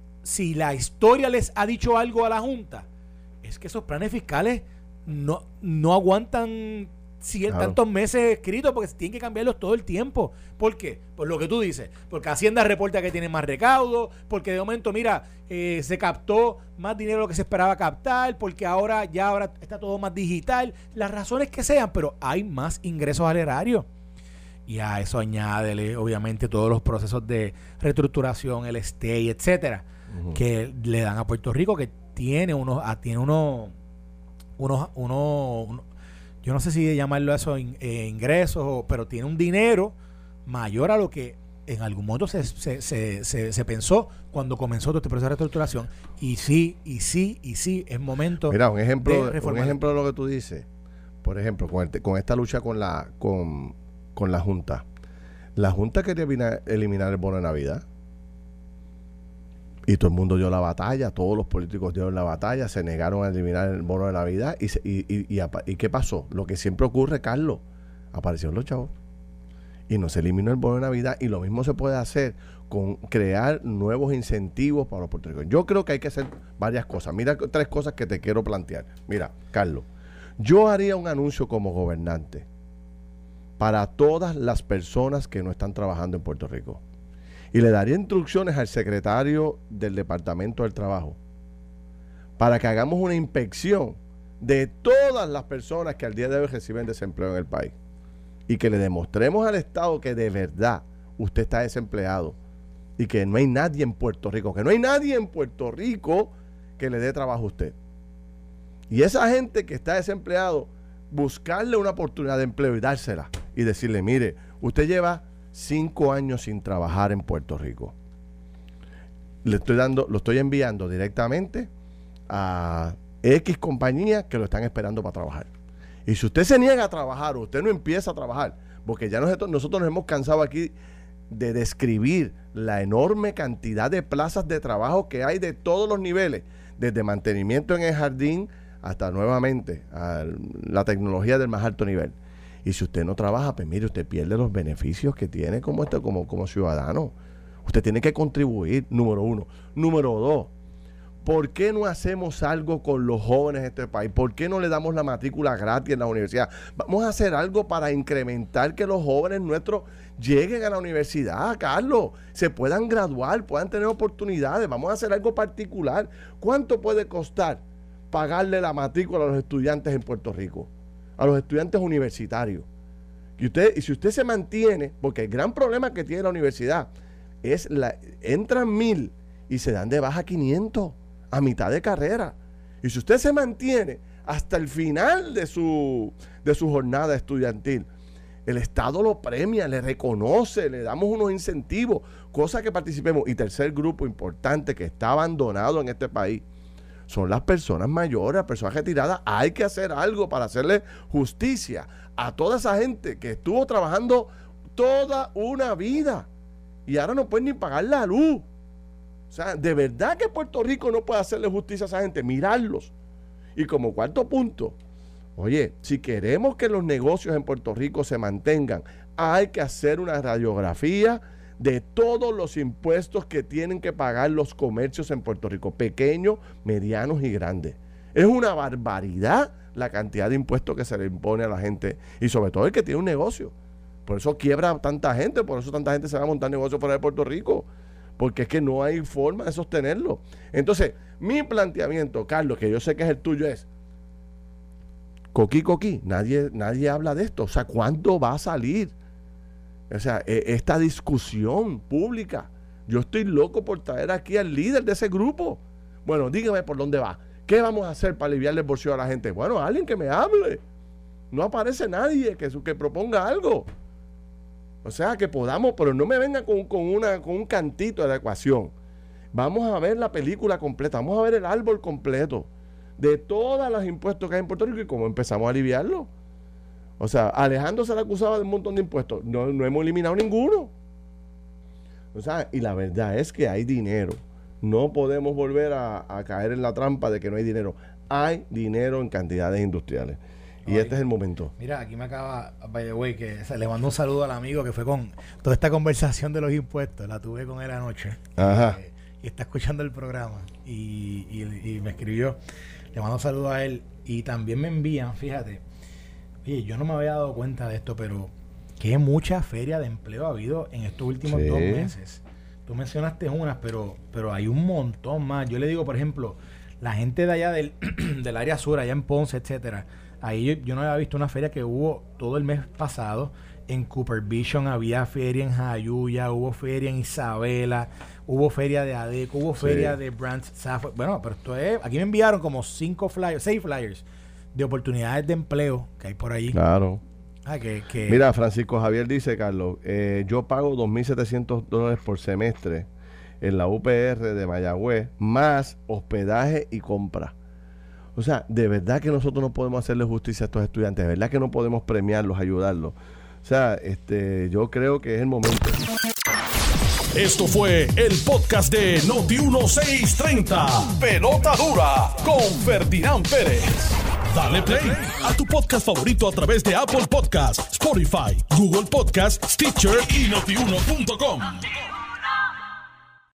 si la historia les ha dicho algo a la Junta, es que esos planes fiscales no, no aguantan cien, claro. tantos meses escritos, porque tienen que cambiarlos todo el tiempo. ¿Por qué? Por lo que tú dices, porque Hacienda reporta que tiene más recaudo, porque de momento, mira, eh, se captó más dinero de lo que se esperaba captar, porque ahora ya ahora está todo más digital, las razones que sean, pero hay más ingresos al erario. Y a eso añádele, obviamente, todos los procesos de reestructuración, el stay, etcétera, uh-huh. que le dan a Puerto Rico, que tiene unos, tiene unos, unos, unos, unos yo no sé si llamarlo eso in, eh, ingresos, o, pero tiene un dinero mayor a lo que en algún modo se, se, se, se, se pensó cuando comenzó todo este proceso de reestructuración. Y sí, y sí, y sí, es momento. Mira, un ejemplo, de un ejemplo de lo que tú dices. Por ejemplo, con, el, con esta lucha con la con, con la Junta. La Junta quería eliminar el bono de Navidad. Y todo el mundo dio la batalla, todos los políticos dieron la batalla, se negaron a eliminar el bono de Navidad. ¿Y, se, y, y, y, y qué pasó? Lo que siempre ocurre, Carlos, aparecieron los chavos. Y no se eliminó el bono de Navidad. Y lo mismo se puede hacer con crear nuevos incentivos para los puertorriqueños. Yo creo que hay que hacer varias cosas. Mira tres cosas que te quiero plantear. Mira, Carlos, yo haría un anuncio como gobernante para todas las personas que no están trabajando en Puerto Rico. Y le daría instrucciones al secretario del Departamento del Trabajo para que hagamos una inspección de todas las personas que al día de hoy reciben desempleo en el país y que le demostremos al Estado que de verdad usted está desempleado y que no hay nadie en Puerto Rico, que no hay nadie en Puerto Rico que le dé trabajo a usted. Y esa gente que está desempleado, buscarle una oportunidad de empleo y dársela y decirle, mire, usted lleva cinco años sin trabajar en Puerto Rico. Le estoy dando, lo estoy enviando directamente a X compañías que lo están esperando para trabajar. Y si usted se niega a trabajar o usted no empieza a trabajar, porque ya nosotros, nosotros nos hemos cansado aquí de describir la enorme cantidad de plazas de trabajo que hay de todos los niveles, desde mantenimiento en el jardín hasta nuevamente a la tecnología del más alto nivel. Y si usted no trabaja, pues mire, usted pierde los beneficios que tiene como, este, como, como ciudadano. Usted tiene que contribuir, número uno. Número dos, ¿por qué no hacemos algo con los jóvenes de este país? ¿Por qué no le damos la matrícula gratis en la universidad? Vamos a hacer algo para incrementar que los jóvenes nuestros lleguen a la universidad, Carlos, se puedan graduar, puedan tener oportunidades. Vamos a hacer algo particular. ¿Cuánto puede costar pagarle la matrícula a los estudiantes en Puerto Rico? A los estudiantes universitarios. Y usted, y si usted se mantiene, porque el gran problema que tiene la universidad es la, entran mil y se dan de baja quinientos a mitad de carrera. Y si usted se mantiene hasta el final de su, de su jornada estudiantil, el Estado lo premia, le reconoce, le damos unos incentivos, cosa que participemos. Y tercer grupo importante que está abandonado en este país son las personas mayores, las personas retiradas. Hay que hacer algo para hacerle justicia a toda esa gente que estuvo trabajando toda una vida y ahora no pueden ni pagar la luz. O sea, de verdad que Puerto Rico no puede hacerle justicia a esa gente, mirarlos. Y como cuarto punto, oye, si queremos que los negocios en Puerto Rico se mantengan, hay que hacer una radiografía de todos los impuestos que tienen que pagar los comercios en Puerto Rico, pequeños, medianos y grandes. Es una barbaridad la cantidad de impuestos que se le impone a la gente y sobre todo el que tiene un negocio. Por eso quiebra tanta gente, por eso tanta gente se va a montar negocios fuera de Puerto Rico, porque es que no hay forma de sostenerlo. Entonces, mi planteamiento, Carlos, que yo sé que es el tuyo, es coquí, coquí, nadie, nadie habla de esto. O sea, ¿cuándo va a salir? O sea, esta discusión pública. Yo estoy loco por traer aquí al líder de ese grupo. Bueno, dígame por dónde va. ¿Qué vamos a hacer para aliviarle el bolsillo a la gente? Bueno, alguien que me hable. No aparece nadie que, que proponga algo. O sea, que podamos, pero no me venga con, con, una, con un cantito de la ecuación. Vamos a ver la película completa, vamos a ver el árbol completo de todos los impuestos que hay en Puerto Rico y cómo empezamos a aliviarlo. O sea, Alejandro se le acusaba de un montón de impuestos. No, no hemos eliminado ninguno. O sea, y la verdad es que hay dinero. No podemos volver a, a caer en la trampa de que no hay dinero. Hay dinero en cantidades industriales. Y este es el momento. Mira, aquí me acaba, by the way, que se le mando un saludo al amigo que fue con toda esta conversación de los impuestos. La tuve con él anoche. Ajá. Eh, y está escuchando el programa. Y, y, y me escribió. Le mando un saludo a él. Y también me envían, fíjate. Oye, yo no me había dado cuenta de esto, pero qué mucha feria de empleo ha habido en estos últimos sí. dos meses. Tú mencionaste unas, pero, pero hay un montón más. Yo le digo, por ejemplo, la gente de allá del, del área sur, allá en Ponce, etcétera. Ahí yo, yo no había visto una feria que hubo todo el mes pasado. En Cooper Vision había feria en Jayuya, hubo feria en Isabela, hubo feria de ADECO, hubo sí. feria de Brands Safo. Bueno, pero esto es, aquí me enviaron como cinco flyers, seis flyers de oportunidades de empleo que hay por allí. Claro. Ah, que, que... Mira, Francisco Javier dice, Carlos, eh, yo pago dos mil setecientos dólares por semestre en la U P R de Mayagüez, más hospedaje y compra. O sea, de verdad que nosotros no podemos hacerle justicia a estos estudiantes, de verdad que no podemos premiarlos, ayudarlos. O sea, este, yo creo que es el momento. Esto fue el podcast de Noti dieciséis treinta. Pelota dura con Ferdinand Pérez. Dale play a tu podcast favorito a través de Apple Podcasts, Spotify, Google Podcasts, Stitcher y notiuno punto com.